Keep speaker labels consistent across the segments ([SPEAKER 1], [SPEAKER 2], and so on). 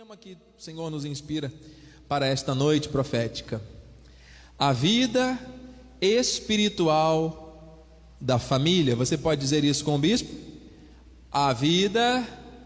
[SPEAKER 1] tema que o Senhor nos inspira para esta noite profética: a vida espiritual da família. Você pode dizer isso com o bispo? A vida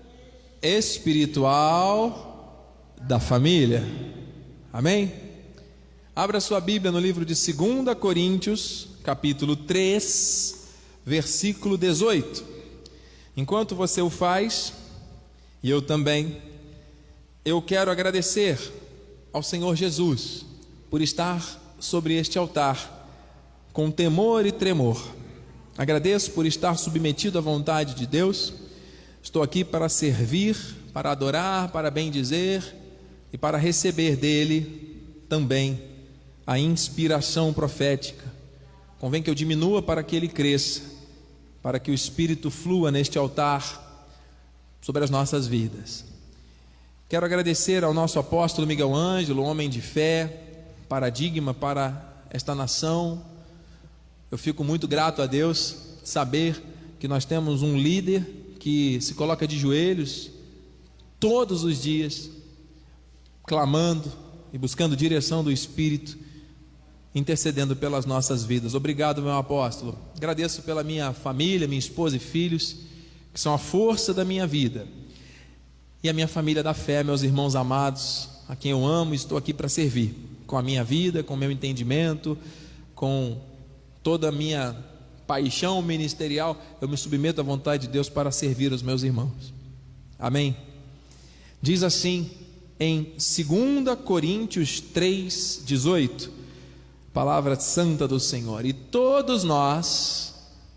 [SPEAKER 1] espiritual da família. Amém? Abra sua Bíblia no livro de 2 Coríntios, capítulo 3, versículo 18. Enquanto você o faz, e eu também, eu quero agradecer ao Senhor Jesus por estar sobre este altar com temor e tremor. Agradeço por estar submetido à vontade de Deus. Estou aqui para servir, para adorar, para bendizer e para receber dele também a inspiração profética. Convém que eu diminua para que ele cresça, para que o Espírito flua neste altar sobre as nossas vidas. Quero agradecer ao nosso apóstolo Miguel Ângelo, homem de fé, paradigma para esta nação. Eu fico muito grato a Deus saber que nós temos um líder que se coloca de joelhos todos os dias, clamando e buscando direção do Espírito, intercedendo pelas nossas vidas. Obrigado, meu apóstolo. Agradeço pela minha família, minha esposa e filhos, que são a força da minha vida, e a minha família da fé, meus irmãos amados, a quem eu amo e estou aqui para servir, com a minha vida, com o meu entendimento, com toda a minha paixão ministerial. Eu me submeto à vontade de Deus para servir os meus irmãos. Amém? Diz assim em 2 Coríntios 3, 18, palavra santa do Senhor: e todos nós,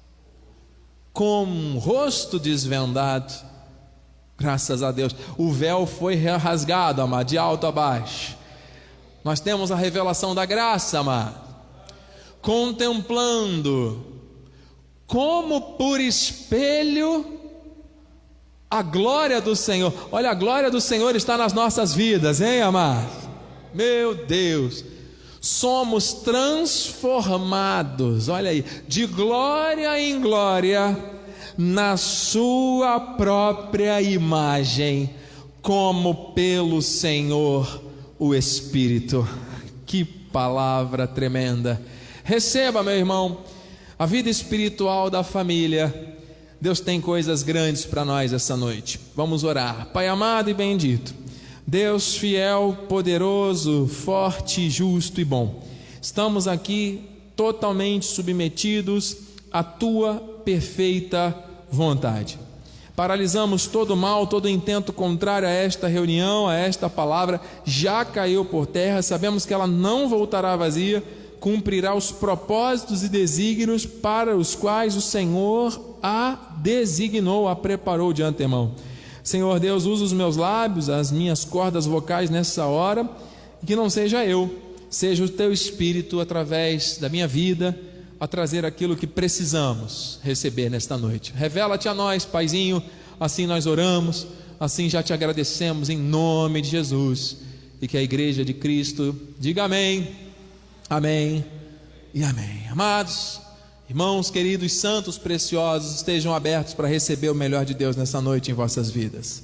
[SPEAKER 1] com um rosto desvendado, graças a Deus, o véu foi rasgado, amado, de alto a baixo. Nós temos a revelação da graça, amado, contemplando como por espelho a glória do Senhor. Olha, a glória do Senhor está nas nossas vidas, hein, amado? Meu Deus, somos transformados, olha aí, de glória em glória, na sua própria imagem, como pelo Senhor o Espírito. Que palavra tremenda! Receba, meu irmão, a vida espiritual da família. Deus tem coisas grandes para nós essa noite. Vamos orar. Pai amado e bendito, Deus fiel, poderoso, forte, justo e bom, estamos aqui totalmente submetidos à tua perfeita vontade. Paralisamos todo mal, todo intento contrário a esta reunião, a esta palavra, já caiu por terra. Sabemos que ela não voltará vazia, cumprirá os propósitos e desígnios para os quais o Senhor a designou, a preparou de antemão. Senhor Deus, usa os meus lábios, as minhas cordas vocais nessa hora, e que não seja eu, seja o teu Espírito através da minha vida a trazer aquilo que precisamos receber nesta noite. Revela-te a nós, Paizinho, assim nós oramos, assim já te agradecemos em nome de Jesus, e que a igreja de Cristo diga amém, amém e amém. Amados irmãos, queridos, santos, preciosos, estejam abertos para receber o melhor de Deus nessa noite em vossas vidas.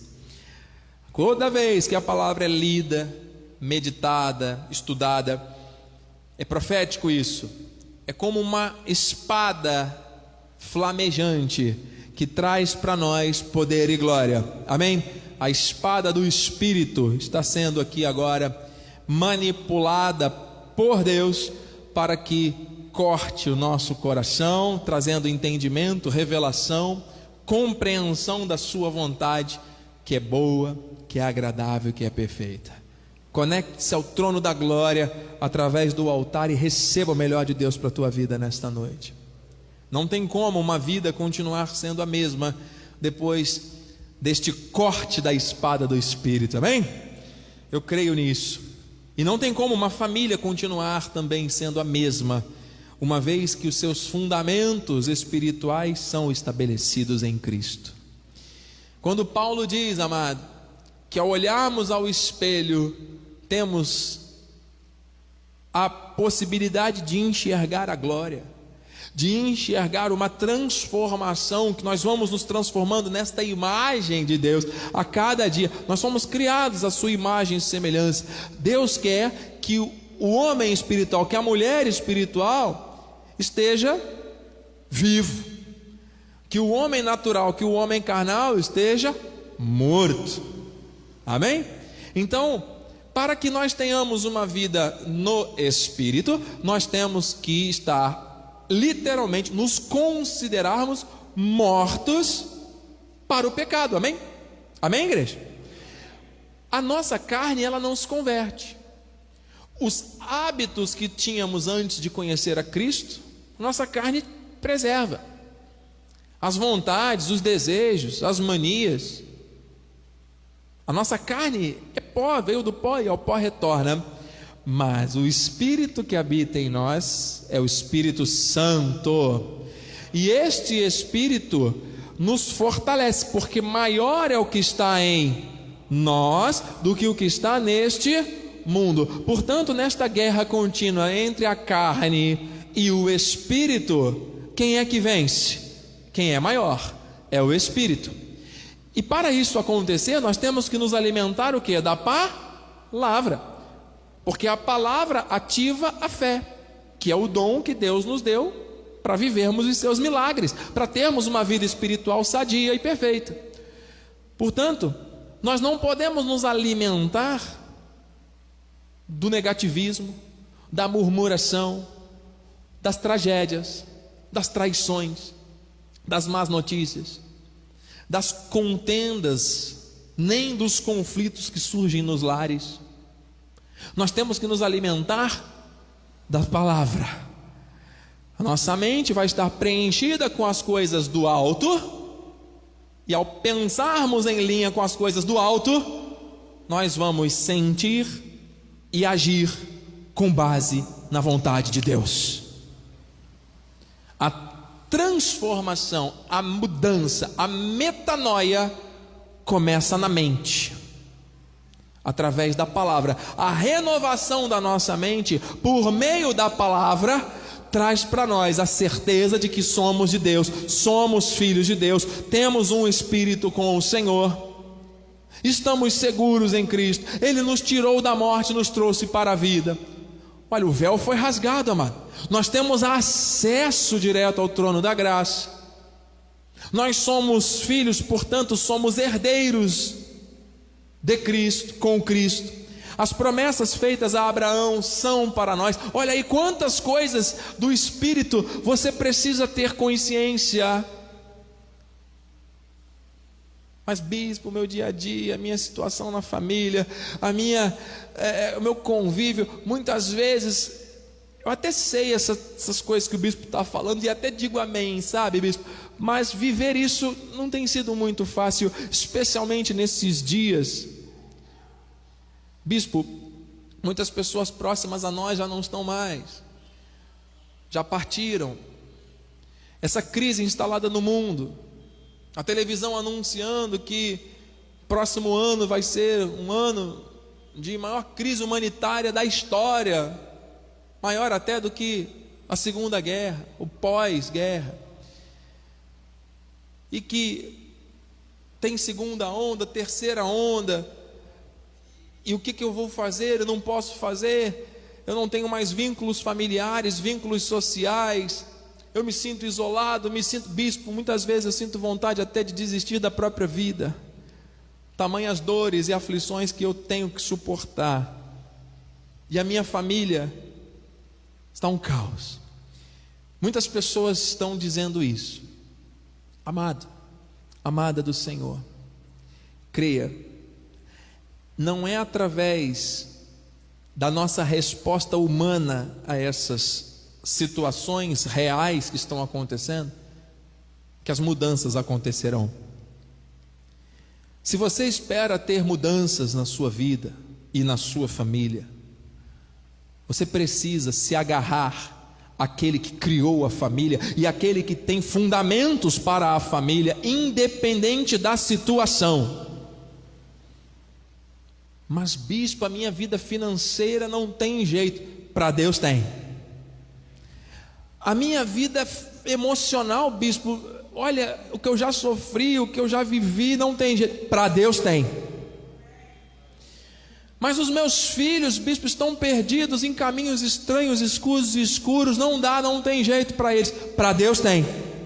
[SPEAKER 1] Toda vez que a palavra é lida, meditada, estudada, é profético isso. É como uma espada flamejante que traz para nós poder e glória. Amém? A espada do Espírito está sendo aqui agora manipulada por Deus para que corte o nosso coração, trazendo entendimento, revelação, compreensão da sua vontade, que é boa, que é agradável, que é perfeita. Conecte-se ao trono da glória através do altar e receba o melhor de Deus para a tua vida nesta noite. Não tem como uma vida continuar sendo a mesma depois deste corte da espada do Espírito, amém? Eu creio nisso. E não tem como uma família continuar também sendo a mesma, uma vez que os seus fundamentos espirituais são estabelecidos em Cristo. Quando Paulo diz, amado, que ao olharmos ao espelho temos a possibilidade de enxergar a glória, de enxergar uma transformação, que nós vamos nos transformando nesta imagem de Deus a cada dia. Nós somos criados à sua imagem e semelhança. Deus quer que o homem espiritual, que a mulher espiritual esteja vivo, que o homem natural, que o homem carnal esteja morto. Amém? Então, para que nós tenhamos uma vida no Espírito, nós temos que estar, literalmente, nos considerarmos mortos para o pecado. Amém? Amém, igreja? A nossa carne, ela não se converte. Os hábitos que tínhamos antes de conhecer a Cristo, nossa carne preserva. As vontades, os desejos, as manias. A nossa carne é pó, veio do pó e ao pó retorna. Mas o Espírito que habita em nós é o Espírito Santo. E este Espírito nos fortalece, porque maior é o que está em nós do que o que está neste mundo. Portanto, nesta guerra contínua entre a carne e o Espírito, quem é que vence? Quem é maior? É o Espírito. E para isso acontecer, nós temos que nos alimentar o quê? Da palavra. Porque a palavra ativa a fé, que é o dom que Deus nos deu para vivermos os seus milagres, para termos uma vida espiritual sadia e perfeita. Portanto, nós não podemos nos alimentar do negativismo, da murmuração, das tragédias, das traições, das más notícias, das contendas, nem dos conflitos que surgem nos lares. Nós temos que nos alimentar da palavra. A nossa mente vai estar preenchida com as coisas do alto, e ao pensarmos em linha com as coisas do alto, nós vamos sentir e agir com base na vontade de Deus. A transformação, a mudança, a metanoia começa na mente, através da palavra. A renovação da nossa mente por meio da palavra traz para nós a certeza de que somos de Deus, somos filhos de Deus, temos um espírito com o Senhor, estamos seguros em Cristo. Ele nos tirou da morte e nos trouxe para a vida. Olha, o véu foi rasgado, amado. Nós temos acesso direto ao trono da graça. Nós somos filhos, portanto somos herdeiros de Cristo, com Cristo. As promessas feitas a Abraão são para nós. Olha aí quantas coisas do Espírito você precisa ter consciência. Mas bispo, o meu dia a dia, a minha situação na família, o meu convívio, muitas vezes eu até sei essas coisas que o bispo está falando e até digo amém, sabe, bispo? Mas viver isso não tem sido muito fácil, especialmente nesses dias. Bispo, muitas pessoas próximas a nós já não estão mais, já partiram. Essa crise instalada no mundo, a televisão anunciando que próximo ano vai ser um ano de maior crise humanitária da história, maior até do que a Segunda Guerra, o pós-guerra, e que tem segunda onda, terceira onda, e o que eu vou fazer? Eu não posso fazer, eu não tenho mais vínculos familiares, vínculos sociais, eu me sinto isolado, bispo, muitas vezes eu sinto vontade até de desistir da própria vida, tamanhas dores e aflições que eu tenho que suportar, e a minha família está um caos. Muitas pessoas estão dizendo isso. Amado, amada do Senhor, creia, não é através da nossa resposta humana a essas situações reais que estão acontecendo que as mudanças acontecerão. Se você espera ter mudanças na sua vida e na sua família, você precisa se agarrar àquele que criou a família e àquele que tem fundamentos para a família, independente da situação. Mas bispo, a minha vida financeira não tem jeito. Para Deus tem. A minha vida emocional, bispo, olha, o que eu já sofri, o que eu já vivi, não tem jeito. Para Deus tem. Mas os meus filhos, bispo, estão perdidos em caminhos estranhos, escuros, não dá, não tem jeito para eles. Para Deus tem.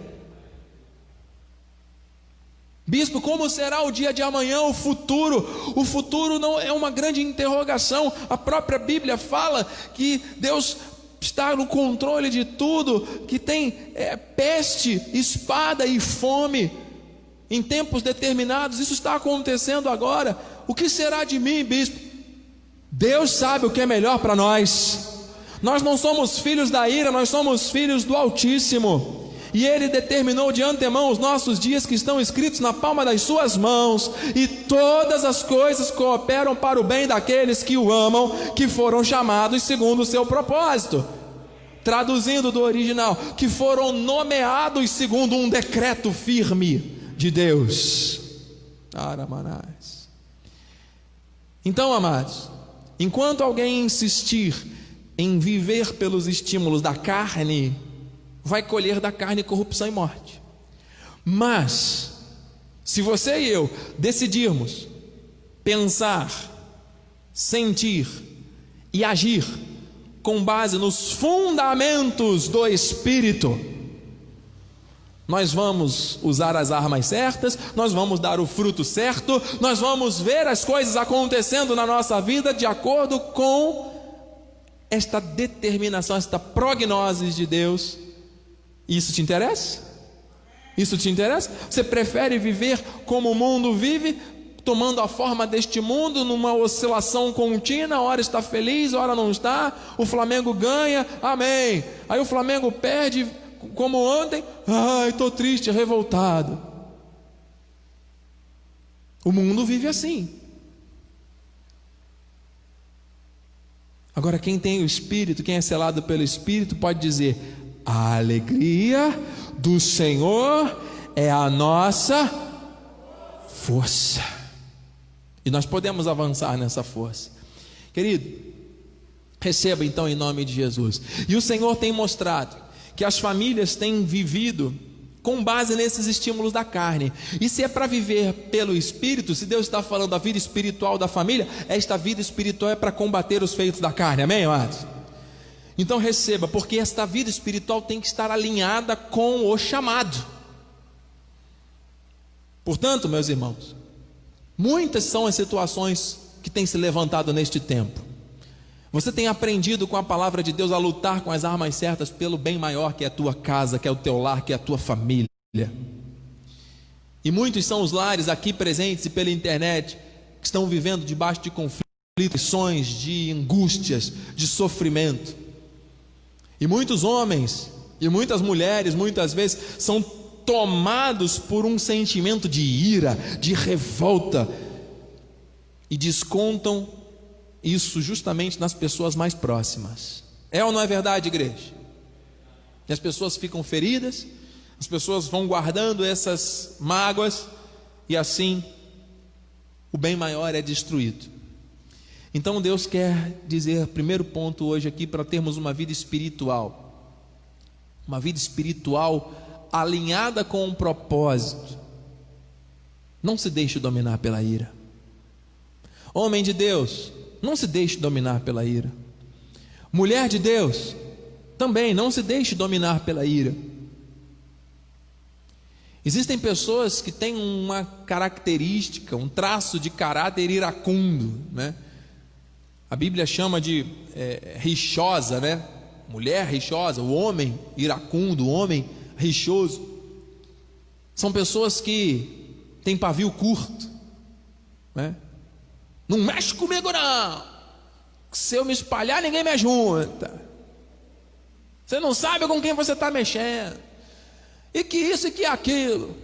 [SPEAKER 1] Bispo, como será o dia de amanhã, o futuro? O futuro não é uma grande interrogação. A própria Bíblia fala que Deus está no controle de tudo, que tem peste, espada e fome em tempos determinados. Isso está acontecendo agora. O que será de mim, bispo? Deus sabe o que é melhor para nós. Nós não somos filhos da ira, nós somos filhos do Altíssimo. E Ele determinou de antemão os nossos dias, que estão escritos na palma das suas mãos, e todas as coisas cooperam para o bem daqueles que o amam, que foram chamados segundo o seu propósito. Traduzindo do original, que foram nomeados segundo um decreto firme de Deus. Aramanás. Então, amados, enquanto alguém insistir em viver pelos estímulos da carne, vai colher da carne corrupção e morte. Mas, se você e eu decidirmos pensar, sentir e agir com base nos fundamentos do Espírito, nós vamos usar as armas certas, nós vamos dar o fruto certo, nós vamos ver as coisas acontecendo na nossa vida de acordo com esta determinação, esta prognose de Deus. Isso te interessa? Isso te interessa? Você prefere viver como o mundo vive, tomando a forma deste mundo, numa oscilação contínua, hora está feliz, hora não está, o Flamengo ganha, amém, aí o Flamengo perde, como ontem, ai, estou triste, revoltado. O mundo vive assim. Agora, quem tem o Espírito, quem é selado pelo Espírito, pode dizer: a alegria do Senhor é a nossa força. E nós podemos avançar nessa força. Querido, receba então em nome de Jesus. E o Senhor tem mostrado que as famílias têm vivido com base nesses estímulos da carne. E se é para viver pelo Espírito, se Deus está falando da vida espiritual da família, esta vida espiritual é para combater os feitos da carne, amém, amados? Então receba, porque esta vida espiritual tem que estar alinhada com o chamado. Portanto, meus irmãos, muitas são as situações que têm se levantado neste tempo. Você tem aprendido com a palavra de Deus a lutar com as armas certas pelo bem maior, que é a tua casa, que é o teu lar, que é a tua família. E muitos são os lares aqui presentes e pela internet que estão vivendo debaixo de conflitos, de angústias, de sofrimento. E muitos homens e muitas mulheres, muitas vezes, são tomados por um sentimento de ira, de revolta, e descontam isso justamente nas pessoas mais próximas. É ou não é verdade, igreja? E as pessoas ficam feridas, as pessoas vão guardando essas mágoas, e assim o bem maior é destruído. Então Deus quer dizer, primeiro ponto hoje aqui, para termos uma vida espiritual alinhada com um propósito. Não se deixe dominar pela ira. Homem de Deus, não se deixe dominar pela ira. Mulher de Deus, também não se deixe dominar pela ira. Existem pessoas que têm uma característica, um traço de caráter iracundo, né? A Bíblia chama de rixosa, né? Mulher rixosa, o homem iracundo, o homem rixoso. São pessoas que têm pavio curto, né? Não mexe comigo não, se eu me espalhar ninguém me junta, você não sabe com quem você está mexendo, e que isso e que aquilo,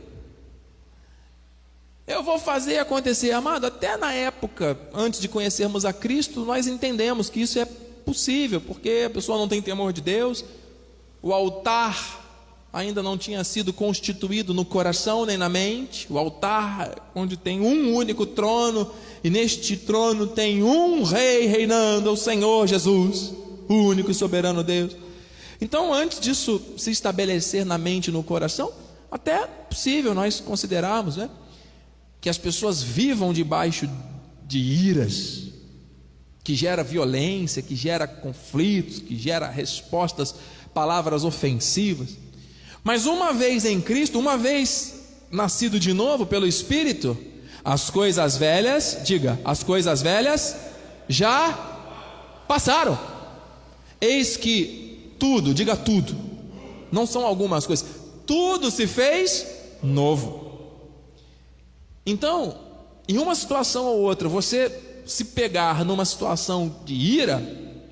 [SPEAKER 1] eu vou fazer acontecer. Amado, até na época, antes de conhecermos a Cristo, nós entendemos que isso é possível, porque a pessoa não tem temor de Deus, o altar ainda não tinha sido constituído no coração nem na mente, o altar onde tem um único trono, e neste trono tem um rei reinando, o Senhor Jesus, o único e soberano Deus. Então, antes disso se estabelecer na mente e no coração, até é possível nós considerarmos, né, que as pessoas vivam debaixo de iras, que gera violência, que gera conflitos, que gera respostas, palavras ofensivas. Mas uma vez em Cristo, uma vez nascido de novo pelo Espírito, as coisas velhas, diga, as coisas velhas já passaram. Eis que tudo, diga tudo, não são algumas coisas, tudo se fez novo. Então, em uma situação ou outra, você se pegar numa situação de ira,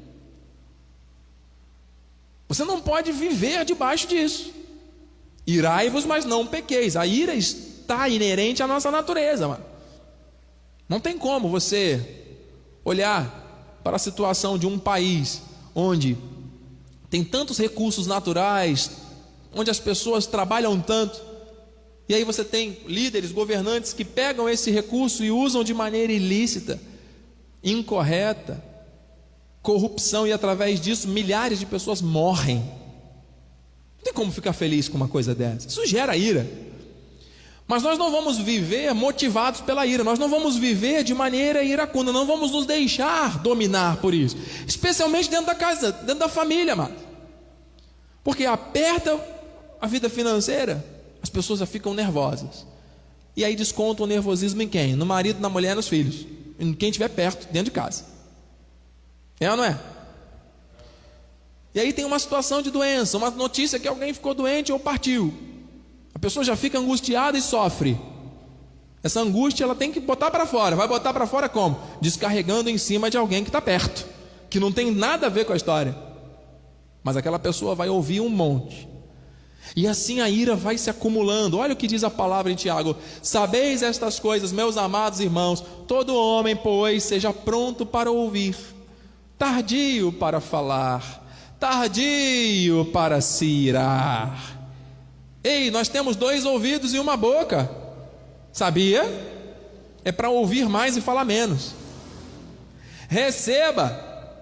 [SPEAKER 1] você não pode viver debaixo disso. Irai-vos, mas não pequeis. A ira está inerente à nossa natureza, mano. Não tem como você olhar para a situação de um país onde tem tantos recursos naturais, onde as pessoas trabalham tanto, e aí você tem líderes, governantes que pegam esse recurso e usam de maneira ilícita, incorreta, corrupção, e através disso milhares de pessoas morrem. Não tem como ficar feliz com uma coisa dessa. Isso gera ira. Mas nós não vamos viver motivados pela ira, nós não vamos viver de maneira iracunda, não vamos nos deixar dominar por isso, especialmente dentro da casa, dentro da família, mano. Porque aperta a vida financeira, as pessoas já ficam nervosas, e aí descontam o nervosismo em quem? No marido, na mulher, nos filhos, em quem estiver perto, dentro de casa. É ou não é? E aí tem uma situação de doença, uma notícia que alguém ficou doente ou partiu, a pessoa já fica angustiada e sofre. Essa angústia ela tem que botar para fora. Vai botar para fora como? Descarregando em cima de alguém que está perto, que não tem nada a ver com a história, mas aquela pessoa vai ouvir um monte, e assim a ira vai se acumulando. Olha o que diz a palavra em Tiago: sabeis estas coisas, meus amados irmãos, todo homem, pois, seja pronto para ouvir, tardio para falar, tardio para se irar. Ei, nós temos 2 ouvidos e uma boca, sabia? É para ouvir mais e falar menos. Receba,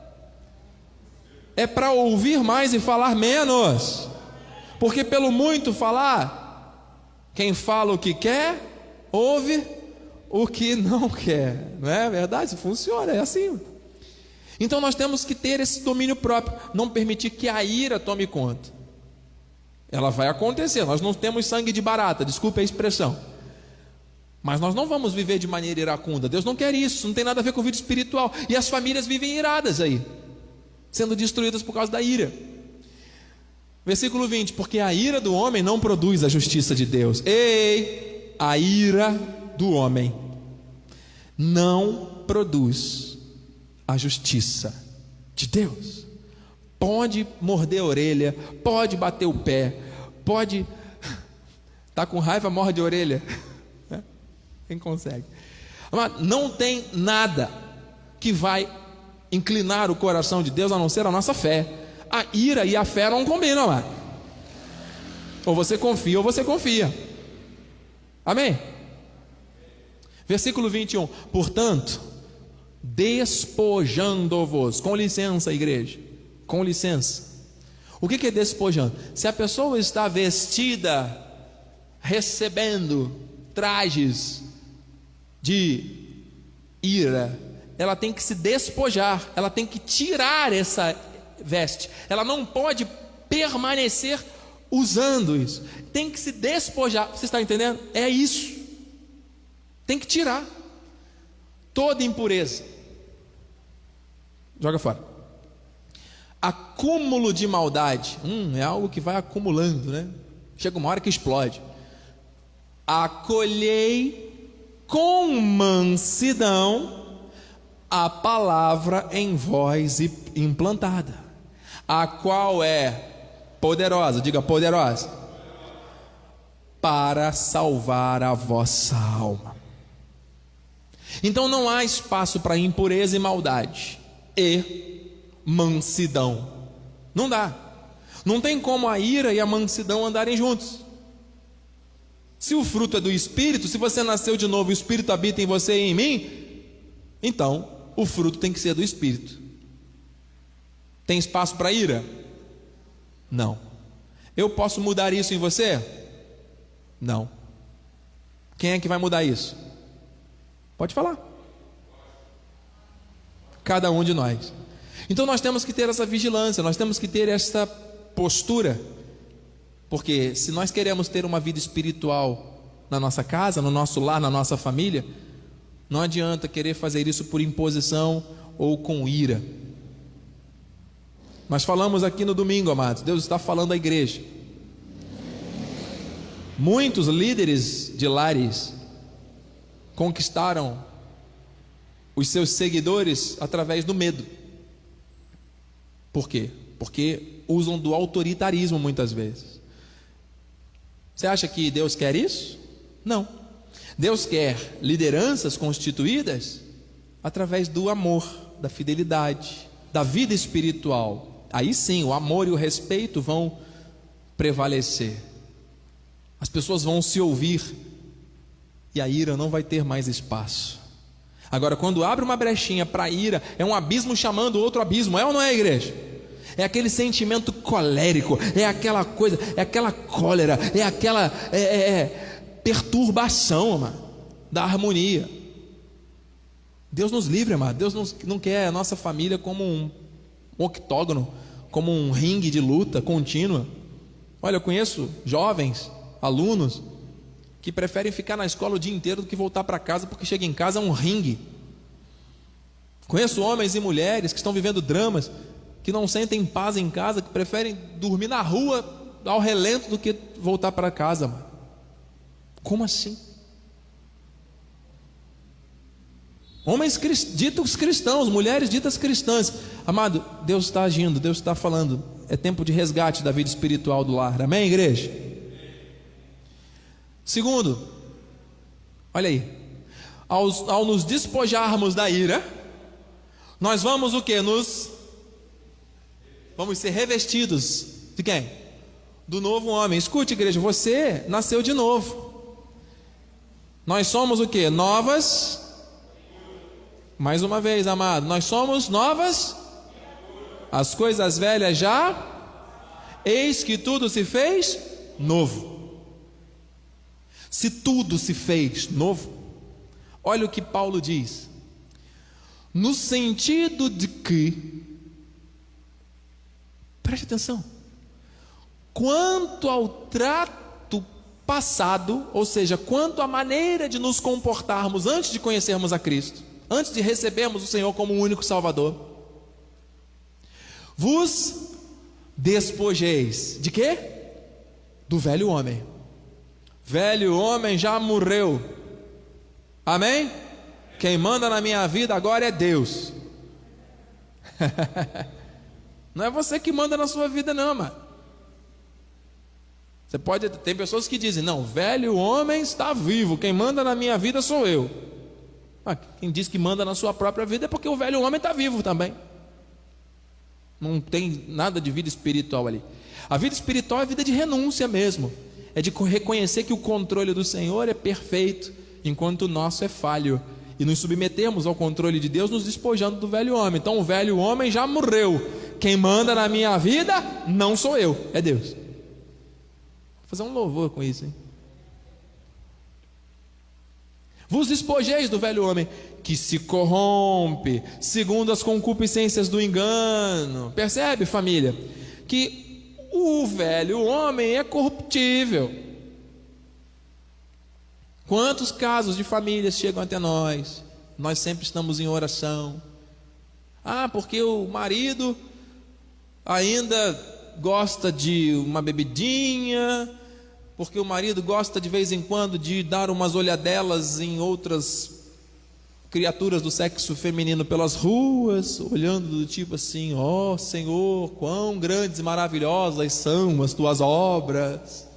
[SPEAKER 1] é para ouvir mais e falar menos, porque pelo muito falar, quem fala o que quer, ouve o que não quer. Não é verdade? Isso funciona, é assim. Então nós temos que ter esse domínio próprio, não permitir que a ira tome conta. Ela vai acontecer, nós não temos sangue de barata, desculpe a expressão, mas nós não vamos viver de maneira iracunda. Deus não quer isso, não tem nada a ver com vida espiritual. E as famílias vivem iradas aí, sendo destruídas por causa da ira. Versículo 20: porque a ira do homem não produz a justiça de Deus. Ei, a ira do homem não produz a justiça de Deus. Pode morder a orelha, pode bater o pé, pode tá com raiva, morde a orelha. Quem consegue? Mas não tem nada que vai inclinar o coração de Deus a não ser a nossa fé. A ira e a fé não combinam, mano. Ou você confia ou você confia. Amém? Versículo 21: portanto, despojando-vos, com licença, igreja, com licença. O que é despojando? Se a pessoa está vestida, recebendo trajes de ira, ela tem que se despojar, ela tem que tirar essa veste, ela não pode permanecer usando isso, tem que se despojar. Você está entendendo? É isso, tem que tirar toda impureza, joga fora. Acúmulo de maldade, é algo que vai acumulando, né? Chega uma hora que explode. Acolhei com mansidão a palavra em vós implantada, a qual é poderosa, diga poderosa, para salvar a vossa alma. Então não há espaço para impureza e maldade e mansidão. Não dá. Não tem como a ira e a mansidão andarem juntos. Se o fruto é do Espírito, se você nasceu de novo e o Espírito habita em você e em mim, então o fruto tem que ser do Espírito. Tem espaço para ira? Não. Eu posso mudar isso em você? Não. Quem é que vai mudar isso? Pode falar. Cada um de nós. Então nós temos que ter essa vigilância, nós temos que ter essa postura, porque se nós queremos ter uma vida espiritual na nossa casa, no nosso lar, na nossa família, não adianta querer fazer isso por imposição ou com ira. Nós falamos aqui no domingo, amados, Deus está falando à igreja. Muitos líderes de lares conquistaram os seus seguidores através do medo. Por quê? Porque usam do autoritarismo muitas vezes. Você acha que Deus quer isso? Não. Deus quer lideranças constituídas através do amor, da fidelidade, da vida espiritual. Aí sim, o amor e o respeito vão prevalecer. As pessoas vão se ouvir e a ira não vai ter mais espaço. Agora, quando abre uma brechinha para a ira, é um abismo chamando outro abismo, é ou não é, igreja? É aquele sentimento colérico, é aquela coisa, é aquela cólera, é aquela perturbação, mano, da harmonia. Deus nos livre, amado. Deus não quer a nossa família como um octógono, como um ringue de luta contínua. Olha, eu conheço jovens, alunos, que preferem ficar na escola o dia inteiro do que voltar para casa, porque chega em casa é um ringue. Conheço homens e mulheres que estão vivendo dramas, que não sentem paz em casa, que preferem dormir na rua ao relento do que voltar para casa, mano. Como assim? Homens ditos cristãos, mulheres ditas cristãs. Amado, Deus está agindo, Deus está falando. É tempo de resgate da vida espiritual do lar. Amém, igreja? Segundo, olha aí, ao nos despojarmos da ira, nós vamos o quê? Vamos ser revestidos de quem? Do novo homem. Escute, igreja, você nasceu de novo. Nós somos o quê? Novas. Mais uma vez, amado, nós somos novas. As coisas velhas já, eis que tudo se fez novo. Se tudo se fez novo, olha o que Paulo diz, no sentido de que, preste atenção, quanto ao trato passado, ou seja, quanto à maneira de nos comportarmos antes de conhecermos a Cristo, antes de recebermos o Senhor como o único Salvador, vos despojeis de quê? Do velho homem. Velho homem já morreu. Amém? Quem manda na minha vida agora é Deus. Não é você que manda na sua vida não, mano. Tem pessoas que dizem, não, velho homem está vivo, quem manda na minha vida sou eu. Quem diz que manda na sua própria vida é porque o velho homem está vivo também. Não tem nada de vida espiritual ali. A vida espiritual é vida de renúncia mesmo. É de reconhecer que o controle do Senhor é perfeito, enquanto o nosso é falho, e nos submetermos ao controle de Deus, nos despojando do velho homem. Então o velho homem já morreu. Quem manda na minha vida não sou eu, é Deus. Vou fazer um louvor com isso, hein? Vos despojeis do velho homem, que se corrompe segundo as concupiscências do engano. Percebe, família? Que o velho homem é corruptível. Quantos casos de famílias chegam até nós? Nós sempre estamos em oração. Porque o marido ainda gosta de uma bebidinha, porque o marido gosta de vez em quando de dar umas olhadelas em outras criaturas do sexo feminino pelas ruas, olhando do tipo assim, ó Senhor, quão grandes e maravilhosas são as tuas obras.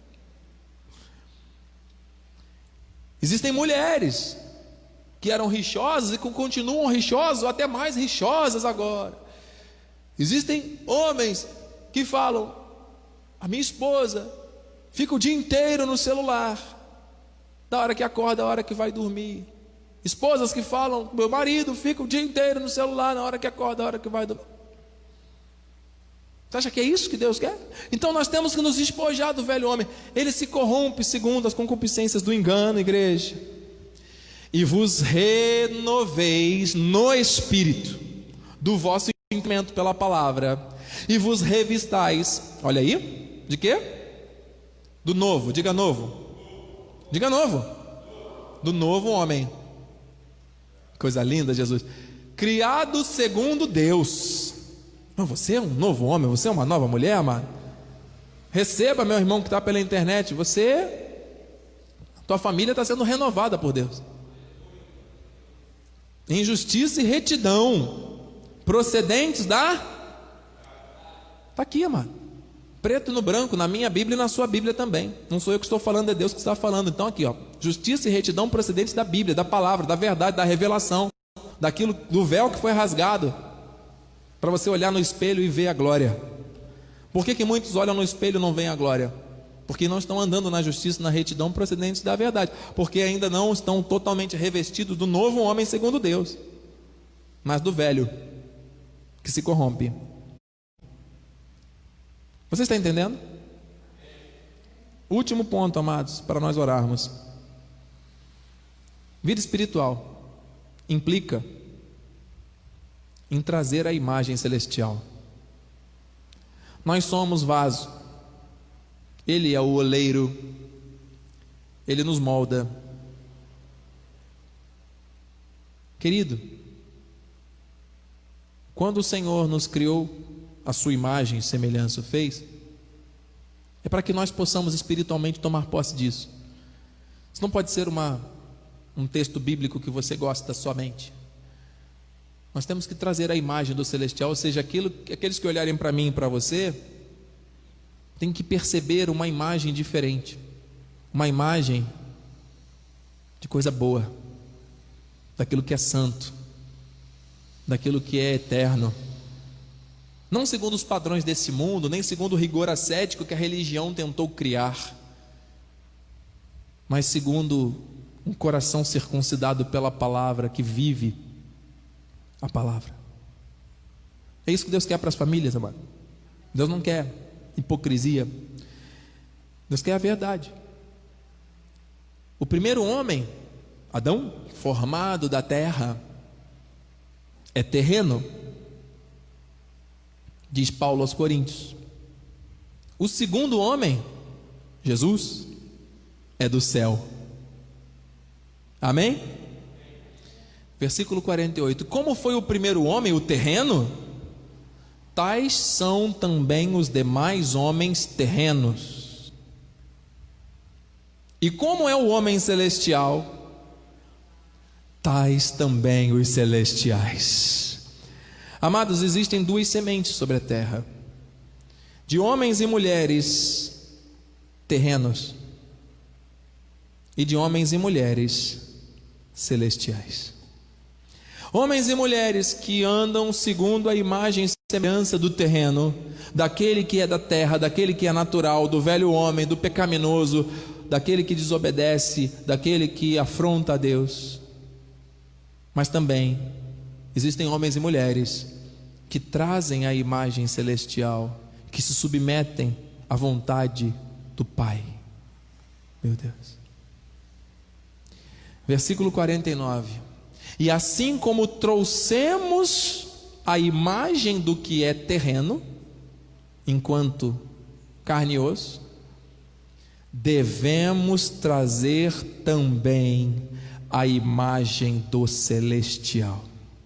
[SPEAKER 1] Existem mulheres que eram rixosas e que continuam rixosas, ou até mais rixosas agora. Existem homens que falam, a minha esposa fica o dia inteiro no celular, da hora que acorda, da hora que vai dormir. Esposas que falam, meu marido fica o dia inteiro no celular, na hora que acorda, da hora que vai dormir. Você acha que é isso que Deus quer? Então nós temos que nos despojar do velho homem. Ele se corrompe segundo as concupiscências do engano, igreja. E vos renoveis no espírito do vosso entendimento pela palavra, e vos revistais, olha aí, de quê? Do novo, diga novo. Diga novo. Do novo homem. Coisa linda, Jesus. Criado segundo Deus. Mas você é um novo homem, você é uma nova mulher, amado. Receba, meu irmão que está pela internet. Tua família está sendo renovada por Deus. Em justiça e retidão, procedentes da... Está aqui, amado. Preto no branco, na minha Bíblia e na sua Bíblia também. Não sou eu que estou falando, é Deus que está falando. Então aqui, ó, justiça e retidão procedentes da Bíblia, da palavra, da verdade, da revelação, daquilo, do véu que foi rasgado, para você olhar no espelho e ver a glória. Por que muitos olham no espelho e não veem a glória? Porque não estão andando na justiça e na retidão procedentes da verdade, porque ainda não estão totalmente revestidos do novo homem segundo Deus, mas do velho, que se corrompe. Você está entendendo? Último ponto, amados, para nós orarmos. Vida espiritual implica em trazer a imagem celestial. Nós somos vaso, Ele é o oleiro, Ele nos molda. Querido, quando o Senhor nos criou, a sua imagem e semelhança fez, é para que nós possamos espiritualmente tomar posse disso. Isso não pode ser um texto bíblico que você gosta somente. Nós temos que trazer a imagem do celestial, ou seja, aqueles que olharem para mim e para você, tem que perceber uma imagem diferente, uma imagem de coisa boa, daquilo que é santo, daquilo que é eterno, não segundo os padrões desse mundo, nem segundo o rigor ascético que a religião tentou criar, mas segundo um coração circuncidado pela palavra, que vive a palavra. É isso que Deus quer para as famílias, amado. Deus não quer hipocrisia, Deus quer a verdade. O primeiro homem, Adão, formado da terra, é terreno, diz Paulo aos Coríntios. O segundo homem, Jesus, é do céu. Amém? Versículo 48. Como foi o primeiro homem, o terreno, tais são também os demais homens terrenos. E como é o homem celestial, tais também os celestiais. Amados, existem duas sementes sobre a terra, de homens e mulheres terrenos e de homens e mulheres celestiais. Homens e mulheres que andam segundo a imagem e semelhança do terreno, daquele que é da terra, daquele que é natural, do velho homem, do pecaminoso, daquele que desobedece, daquele que afronta a Deus. Mas também existem homens e mulheres que trazem a imagem celestial, que se submetem à vontade do Pai. Meu Deus. Versículo 49. E assim como trouxemos a imagem do que é terreno, enquanto carne e osso, devemos trazer também a imagem do celestial.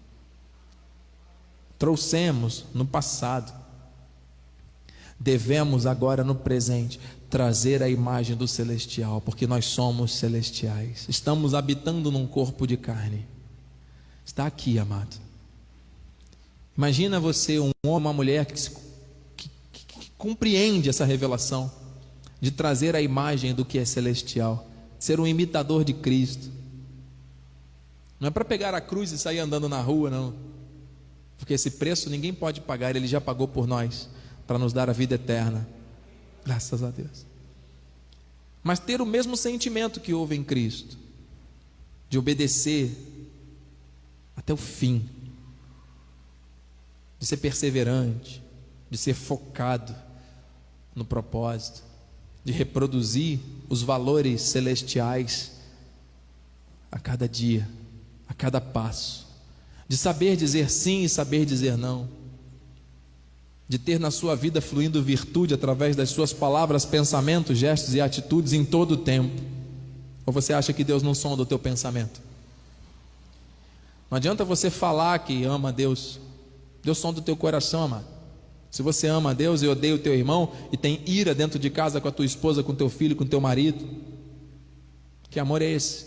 [SPEAKER 1] Trouxemos no passado, devemos agora no presente trazer a imagem do celestial, porque nós somos celestiais, estamos habitando num corpo de carne. Está aqui, amado. Imagina você, um homem, uma mulher que compreende essa revelação de trazer a imagem do que é celestial, ser um imitador de Cristo. Não é para pegar a cruz e sair andando na rua, não, porque esse preço ninguém pode pagar, Ele já pagou por nós, para nos dar a vida eterna, graças a Deus. Mas ter o mesmo sentimento que houve em Cristo, de obedecer até o fim, de ser perseverante, de ser focado no propósito, de reproduzir os valores celestiais a cada dia, a cada passo, de saber dizer sim e saber dizer não, de ter na sua vida fluindo virtude através das suas palavras, pensamentos, gestos e atitudes em todo o tempo. Ou você acha que Deus não sonda o teu pensamento? Não adianta você falar que ama a Deus. Deus sonda o teu coração, amado. Se você ama a Deus e odeia o teu irmão e tem ira dentro de casa com a tua esposa, com o teu filho, com o teu marido, que amor é esse?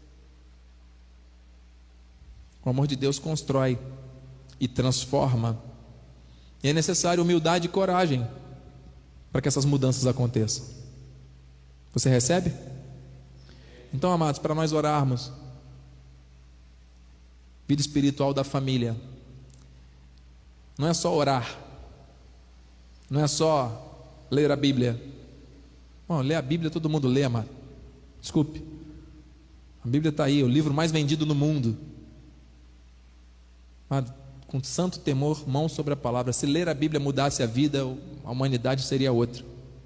[SPEAKER 1] O amor de Deus constrói e transforma. E é necessário humildade e coragem para que essas mudanças aconteçam. Você recebe? Então, amados, para nós orarmos, vida espiritual da família, não é só orar, não é só ler a Bíblia. Bom, ler a Bíblia todo mundo lê, amado. Desculpe, a Bíblia está aí, o livro mais vendido no mundo. Amado, com santo temor, mão sobre a palavra. Se ler a Bíblia mudasse a vida, a humanidade seria outra.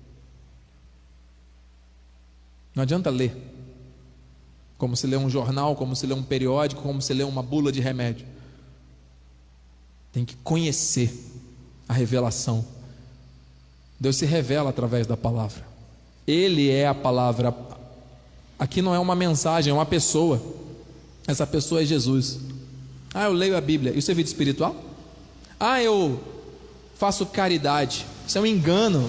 [SPEAKER 1] Não adianta ler como se lê um jornal, como se lê um periódico, como se lê uma bula de remédio. Tem que conhecer a revelação. Deus se revela através da palavra. Ele é a palavra. Aqui não é uma mensagem, é uma pessoa. Essa pessoa é Jesus. Eu leio a Bíblia. Isso é vida espiritual? Eu faço caridade. Isso é um engano.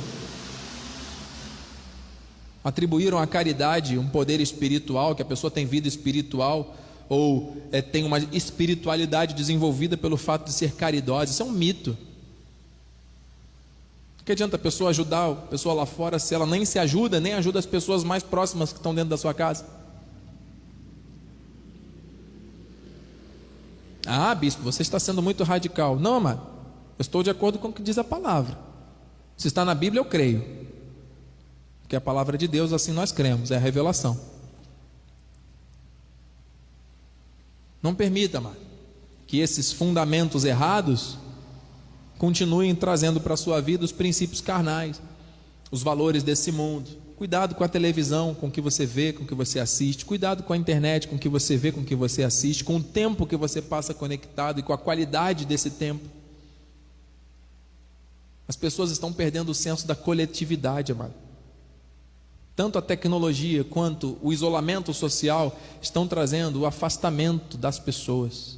[SPEAKER 1] Atribuíram à caridade um poder espiritual, que a pessoa tem vida espiritual, ou tem uma espiritualidade desenvolvida pelo fato de ser caridosa. Isso é um mito. Que adianta a pessoa ajudar a pessoa lá fora se ela nem se ajuda, nem ajuda as pessoas mais próximas que estão dentro da sua casa? Bispo, você está sendo muito radical. Não, amado, eu estou de acordo com o que diz a palavra. Se está na Bíblia, eu creio, porque a palavra de Deus, assim nós cremos, é a revelação. Não permita, amado, que esses fundamentos errados continuem trazendo para a sua vida os princípios carnais, os valores desse mundo. Cuidado com a televisão, com o que você vê, com o que você assiste. Cuidado com a internet, com o que você vê, com o que você assiste. Com o tempo que você passa conectado e com a qualidade desse tempo. As pessoas estão perdendo o senso da coletividade, amado. Tanto a tecnologia quanto o isolamento social estão trazendo o afastamento das pessoas.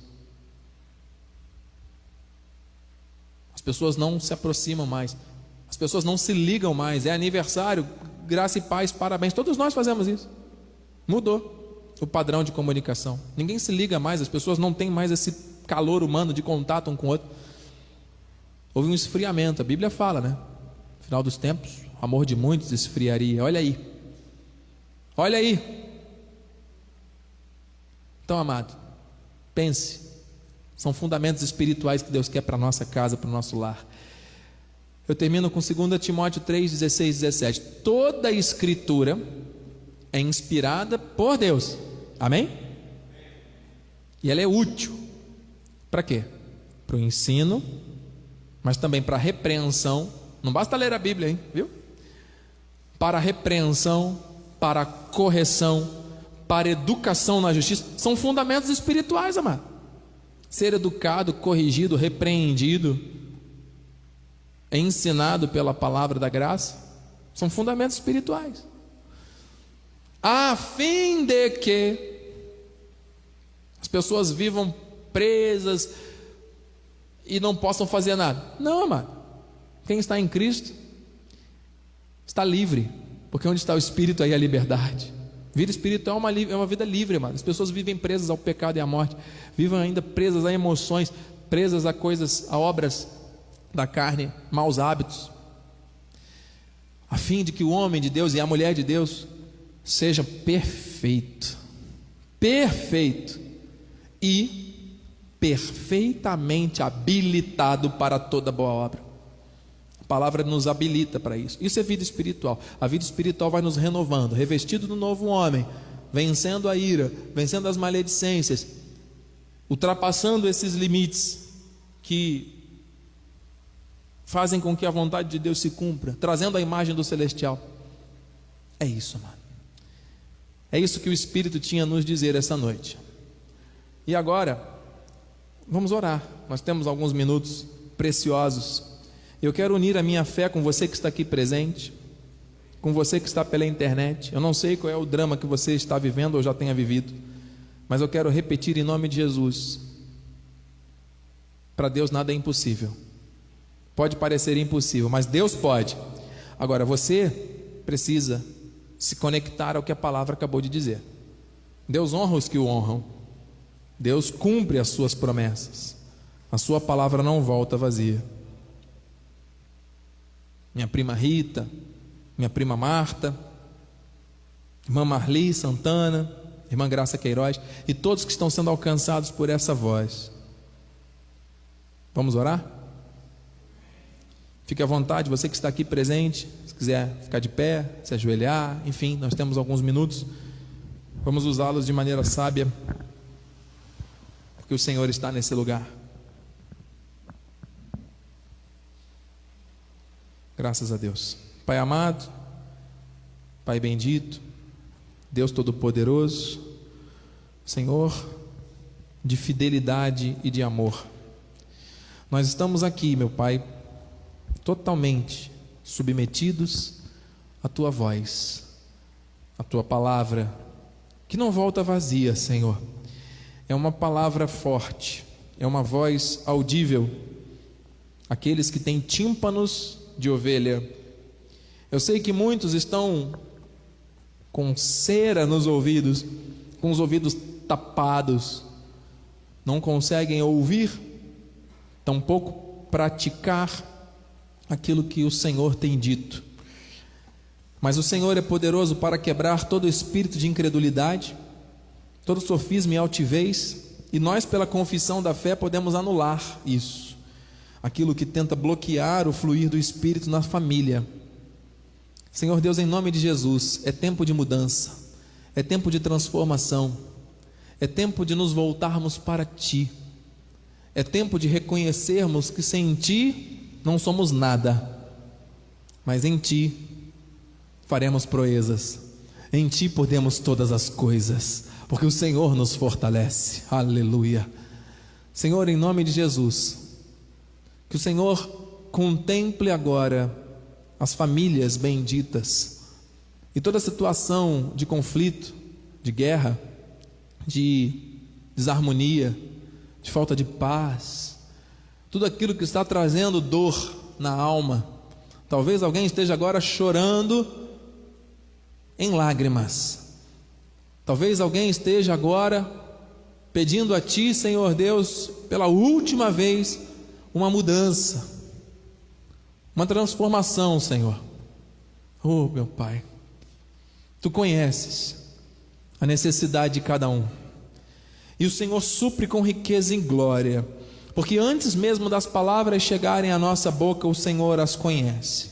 [SPEAKER 1] As pessoas não se aproximam mais. As pessoas não se ligam mais. É aniversário, graça e paz, parabéns. Todos nós fazemos isso. Mudou o padrão de comunicação. Ninguém se liga mais. As pessoas não têm mais esse calor humano de contato um com o outro. Houve um esfriamento. A Bíblia fala, né? No final dos tempos, o amor de muitos esfriaria. Olha aí. Olha aí. Então, amado, pense. São fundamentos espirituais que Deus quer para a nossa casa, para o nosso lar. Eu termino com 2 Timóteo 3, 16 e 17. Toda a Escritura é inspirada por Deus. Amém? E ela é útil. Para quê? Para o ensino, mas também para a repreensão. Não basta ler a Bíblia, hein? Viu? Para a repreensão, para a correção, para a educação na justiça. São fundamentos espirituais, amado. Ser educado, corrigido, repreendido, ensinado pela palavra da graça, são fundamentos espirituais, a fim de que as pessoas vivam presas e não possam fazer nada. Não, amado, quem está em Cristo está livre, porque onde está o Espírito, aí a liberdade. Vida espiritual é uma vida livre, amado. As pessoas vivem presas ao pecado e à morte, vivem ainda presas a emoções, presas a coisas, a obras da carne, maus hábitos, a fim de que o homem de Deus e a mulher de Deus seja perfeito e perfeitamente habilitado para toda boa obra. A palavra nos habilita para isso. Isso é vida espiritual. A vida espiritual vai nos renovando, revestido do novo homem, vencendo a ira, vencendo as maledicências, ultrapassando esses limites que fazem com que a vontade de Deus se cumpra, trazendo a imagem do celestial. É isso, mano. É isso que o Espírito tinha a nos dizer essa noite. E agora, vamos orar. Nós temos alguns minutos preciosos. Eu quero unir a minha fé com você que está aqui presente, com você que está pela internet. Eu não sei qual é o drama que você está vivendo ou já tenha vivido, mas eu quero repetir em nome de Jesus: para Deus nada é impossível. Pode parecer impossível, mas Deus pode. Agora você precisa se conectar ao que a palavra acabou de dizer. Deus honra os que o honram. Deus cumpre as suas promessas. A sua palavra não volta vazia. Minha prima Rita, minha prima Marta, irmã Marli Santana, irmã Graça Queiroz e todos que estão sendo alcançados por essa voz. Vamos orar? Fique à vontade, você que está aqui presente, se quiser ficar de pé, se ajoelhar, enfim, nós temos alguns minutos. Vamos usá-los de maneira sábia, porque o Senhor está nesse lugar. Graças a Deus. Pai amado, Pai bendito, Deus Todo-Poderoso, Senhor de fidelidade e de amor, nós estamos aqui, meu Pai, totalmente submetidos à Tua voz, à Tua palavra, que não volta vazia, Senhor. É uma palavra forte, é uma voz audível. Aqueles que têm tímpanos de ovelha. Eu sei que muitos estão com cera nos ouvidos, com os ouvidos tapados, não conseguem ouvir, tampouco praticar aquilo que o Senhor tem dito. Mas o Senhor é poderoso para quebrar todo espírito de incredulidade, todo sofisma e altivez, e nós, pela confissão da fé, podemos anular isso, aquilo que tenta bloquear o fluir do Espírito na família. Senhor Deus, em nome de Jesus, é tempo de mudança, é tempo de transformação, é tempo de nos voltarmos para Ti, é tempo de reconhecermos que sem Ti não somos nada, mas em Ti faremos proezas, em Ti podemos todas as coisas, porque o Senhor nos fortalece. Aleluia. Senhor, em nome de Jesus, que o Senhor contemple agora as famílias benditas e toda situação de conflito, de guerra, de desarmonia, de falta de paz, tudo aquilo que está trazendo dor na alma. Talvez alguém esteja agora chorando em lágrimas. Talvez alguém esteja agora pedindo a Ti, Senhor Deus, pela última vez, uma mudança, uma transformação, Senhor. Oh, meu Pai, Tu conheces a necessidade de cada um, e o Senhor supre com riqueza e glória, porque antes mesmo das palavras chegarem à nossa boca, o Senhor as conhece.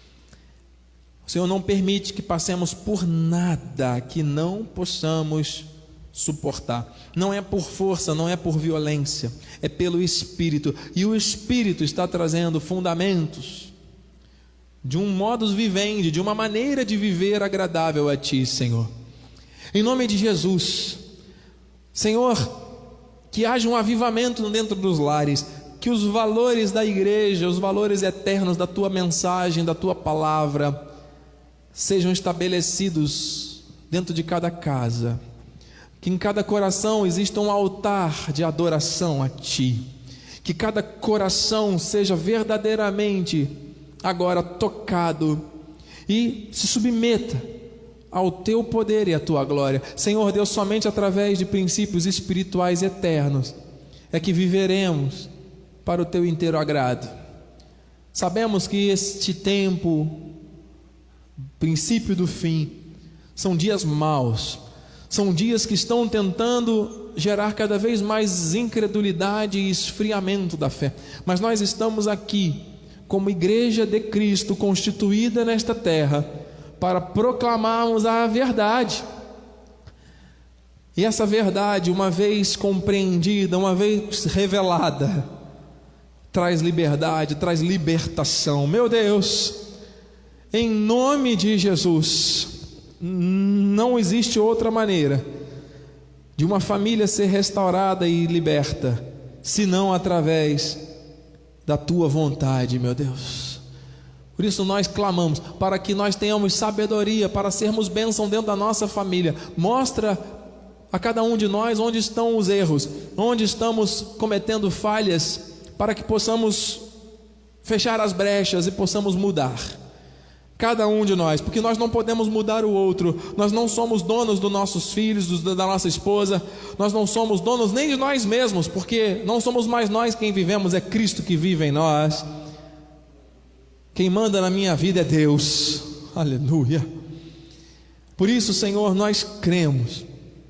[SPEAKER 1] O Senhor não permite que passemos por nada que não possamos suportar. Não é por força, não é por violência, é pelo Espírito, e o Espírito está trazendo fundamentos de um modus vivendi, de uma maneira de viver agradável a Ti, Senhor. Em nome de Jesus, Senhor, que haja um avivamento dentro dos lares, que os valores da igreja, os valores eternos da Tua mensagem, da Tua palavra, sejam estabelecidos dentro de cada casa, que em cada coração exista um altar de adoração a Ti, que cada coração seja verdadeiramente agora tocado e se submeta ao Teu poder e à Tua glória. Senhor Deus, somente através de princípios espirituais eternos é que viveremos para o Teu inteiro agrado. Sabemos que este tempo, princípio do fim, são dias maus, são dias que estão tentando gerar cada vez mais incredulidade e esfriamento da fé, mas nós estamos aqui como igreja de Cristo constituída nesta terra para proclamarmos a verdade, e essa verdade, uma vez compreendida, uma vez revelada, traz liberdade, traz libertação. Meu Deus, em nome de Jesus, não existe outra maneira de uma família ser restaurada e liberta, senão através da tua vontade, meu Deus. Por isso nós clamamos, para que nós tenhamos sabedoria, para sermos bênção dentro da nossa família. Mostra a cada um de nós onde estão os erros, onde estamos cometendo falhas, para que possamos fechar as brechas e possamos mudar. Cada um de nós, porque nós não podemos mudar o outro. Nós não somos donos dos nossos filhos, da nossa esposa. Nós não somos donos nem de nós mesmos, porque não somos mais nós quem vivemos, é Cristo que vive em nós. Quem manda na minha vida é Deus. Aleluia. Por isso, Senhor, nós cremos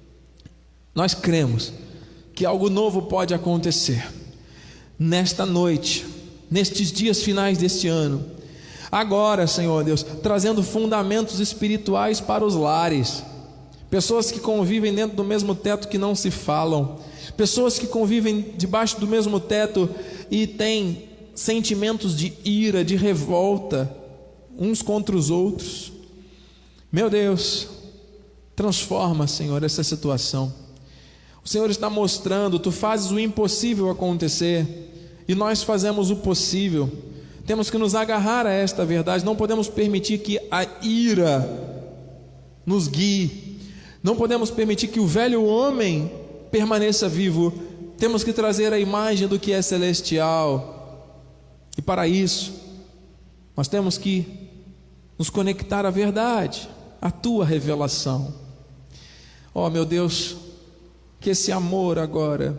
[SPEAKER 1] que algo novo pode acontecer nesta noite, nestes dias finais deste ano. Agora, Senhor Deus, trazendo fundamentos espirituais para os lares. Pessoas que convivem dentro do mesmo teto que não se falam. Pessoas que convivem debaixo do mesmo teto e têm sentimentos de ira, de revolta, uns contra os outros. Meu Deus, transforma, Senhor, essa situação. O Senhor está mostrando, Tu fazes o impossível acontecer e nós fazemos o possível. Temos que nos agarrar a esta verdade. Não podemos permitir que a ira nos guie. Não podemos permitir que o velho homem permaneça vivo. Temos que trazer a imagem do que é celestial. E para isso, nós temos que nos conectar à verdade, à Tua revelação. Oh, meu Deus, que esse amor agora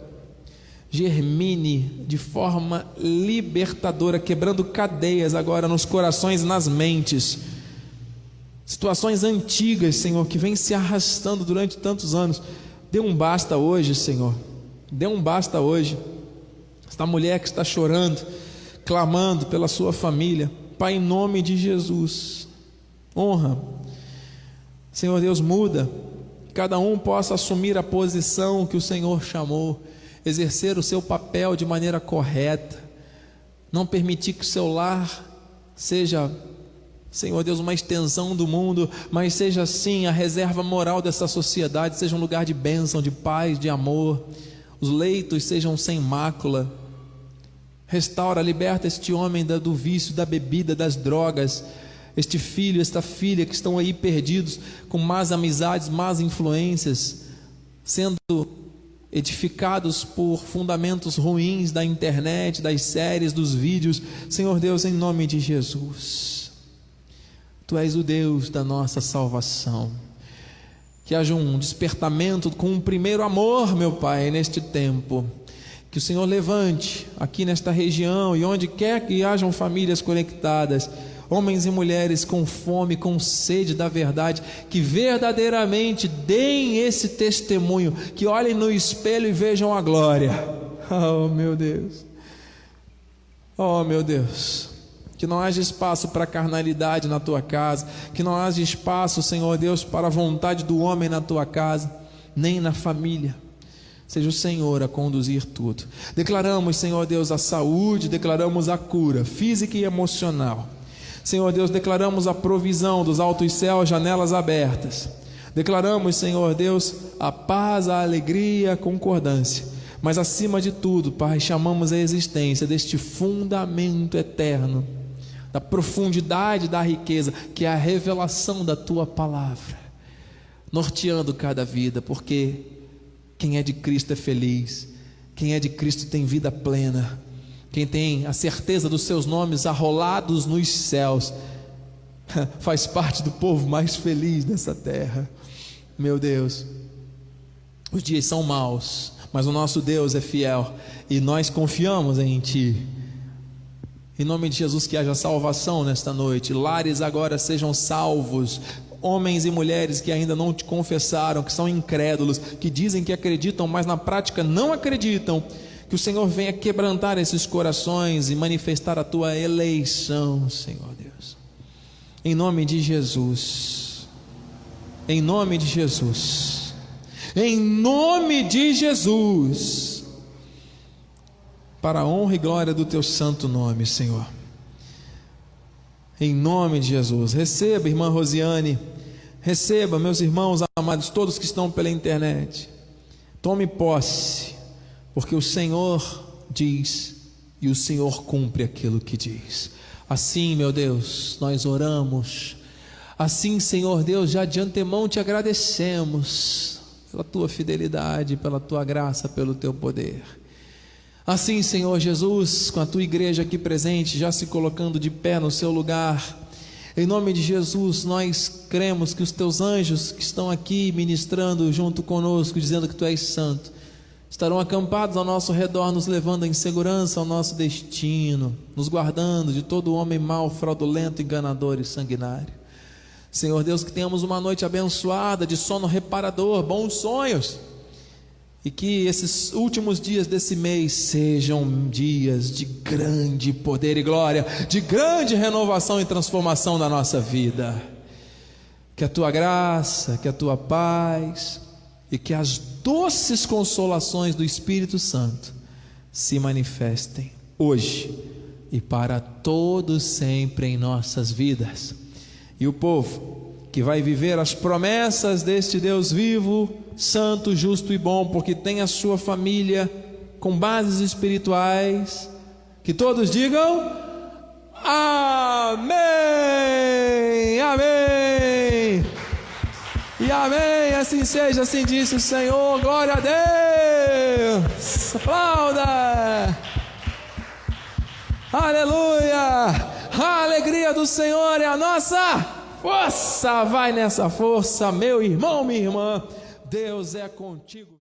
[SPEAKER 1] germine de forma libertadora, quebrando cadeias agora nos corações e nas mentes. Situações antigas, Senhor, que vêm se arrastando durante tantos anos. Dê um basta hoje, Senhor. Dê um basta hoje. Esta mulher que está chorando, clamando pela sua família, Pai, em nome de Jesus, honra. Senhor Deus, muda. Que cada um possa assumir a posição que o Senhor chamou, exercer o seu papel de maneira correta, não permitir que o seu lar seja, Senhor Deus, uma extensão do mundo, mas seja sim a reserva moral dessa sociedade, seja um lugar de bênção, de paz, de amor. Os leitos sejam sem mácula. Restaura, liberta este homem do vício, da bebida, das drogas, este filho, esta filha que estão aí perdidos com más amizades, más influências, sendo edificados por fundamentos ruins da internet, das séries, dos vídeos. Senhor Deus, em nome de Jesus, Tu és o Deus da nossa salvação. Que haja um despertamento com um primeiro amor, meu Pai, neste tempo. Que o Senhor levante aqui nesta região e onde quer que hajam famílias conectadas, homens e mulheres com fome, com sede da verdade, que verdadeiramente deem esse testemunho, que olhem no espelho e vejam a glória. Oh, meu Deus. Oh, meu Deus. Que não haja espaço para carnalidade na Tua casa, que não haja espaço, Senhor Deus, para a vontade do homem na Tua casa, nem na família. Seja o Senhor a conduzir tudo. Declaramos, Senhor Deus, a saúde, declaramos a cura física e emocional. Senhor Deus, declaramos a provisão dos altos céus, janelas abertas. Declaramos, Senhor Deus, a paz, a alegria, a concordância. Mas acima de tudo, Pai, chamamos a existência deste fundamento eterno, da profundidade da riqueza, que é a revelação da Tua palavra, norteando cada vida, porque quem é de Cristo é feliz, quem é de Cristo tem vida plena. Quem tem a certeza dos seus nomes arrolados nos céus, faz parte do povo mais feliz dessa terra. Meu Deus, os dias são maus, mas o nosso Deus é fiel e nós confiamos em Ti. Em nome de Jesus, que haja salvação nesta noite. Lares agora sejam salvos. Homens e mulheres que ainda não Te confessaram, que são incrédulos, que dizem que acreditam, mas na prática não acreditam. Que o Senhor venha quebrantar esses corações e manifestar a Tua eleição, Senhor Deus. Em nome de Jesus. Em nome de Jesus. Em nome de Jesus. para a honra e glória do teu santo nome, Senhor. Em nome de Jesus. Receba, irmã Rosiane, receba, meus irmãos amados, todos que estão pela internet. Tome posse, porque o Senhor diz e o Senhor cumpre aquilo que diz. Assim, meu Deus, nós oramos. Assim, Senhor Deus, já de antemão te agradecemos pela tua fidelidade, pela tua graça, pelo teu poder. Assim, Senhor Jesus, com a tua igreja aqui presente, já se colocando de pé no seu lugar, em nome de Jesus, nós cremos que os teus anjos que estão aqui ministrando junto conosco, dizendo que tu és santo, estarão acampados ao nosso redor, nos levando em segurança ao nosso destino, nos guardando de todo homem mau, fraudulento, enganador e sanguinário. Senhor Deus, que tenhamos uma noite abençoada, de sono reparador, bons sonhos, e que esses últimos dias desse mês sejam dias de grande poder e glória, de grande renovação e transformação na nossa vida. Que a tua graça, que a tua paz e que as doces consolações do Espírito Santo se manifestem hoje e para todos sempre em nossas vidas. E o povo que vai viver as promessas deste Deus vivo, santo, justo e bom, porque tem a sua família com bases espirituais, que todos digam amém, amém e amém. Assim seja, assim disse o Senhor. Glória a Deus. Aplauda. Aleluia. A alegria do Senhor é a nossa força. Vai nessa força, meu irmão, minha irmã. Deus é contigo.